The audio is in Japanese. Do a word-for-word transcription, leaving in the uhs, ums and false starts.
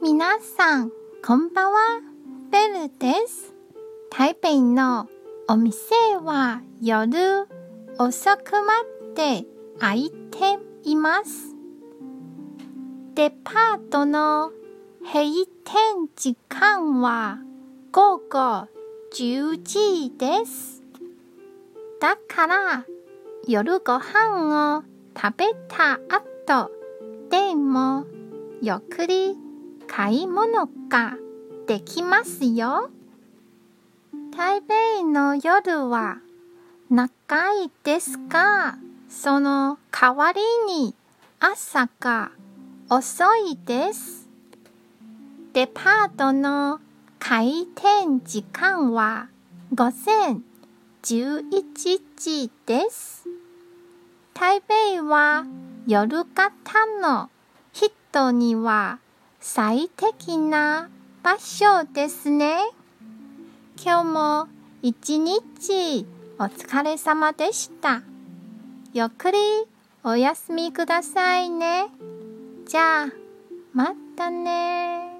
皆さん、こんばんは。ベルです。台北のお店は夜遅くまで開いています。デパートの閉店時間は午後じゅうじです。だから夜ご飯を食べた後でもゆっくり買い物ができますよ。台北の夜は長いですが、その代わりに朝が遅いです。デパートの開店時間は午前じゅういちじです。台北は夜型の人には最適な場所ですね。今日も一日お疲れ様でした。ゆっくりお休みくださいね。じゃあ、またね。